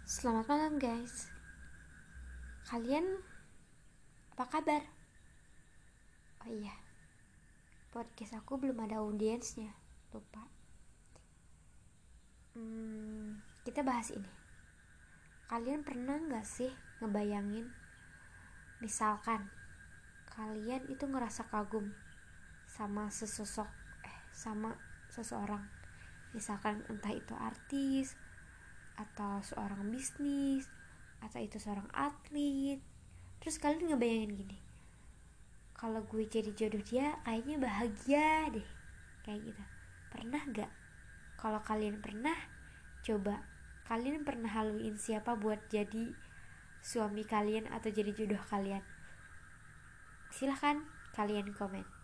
Selamat malam guys. Kalian apa kabar? Oh iya, podcast aku belum ada audiensnya. Lupa. Kita bahas ini. Kalian pernah gak sih ngebayangin, misalkan kalian itu ngerasa kagum sama sama seseorang, misalkan entah itu artis atau seorang bisnis atau itu seorang atlet. Terus kalian ngebayangin gini, kalau gue jadi jodoh dia kayaknya bahagia deh, kayak gitu. Pernah gak? Kalau kalian pernah, coba kalian pernah haluin siapa buat jadi suami kalian atau jadi jodoh kalian? Silahkan kalian komen.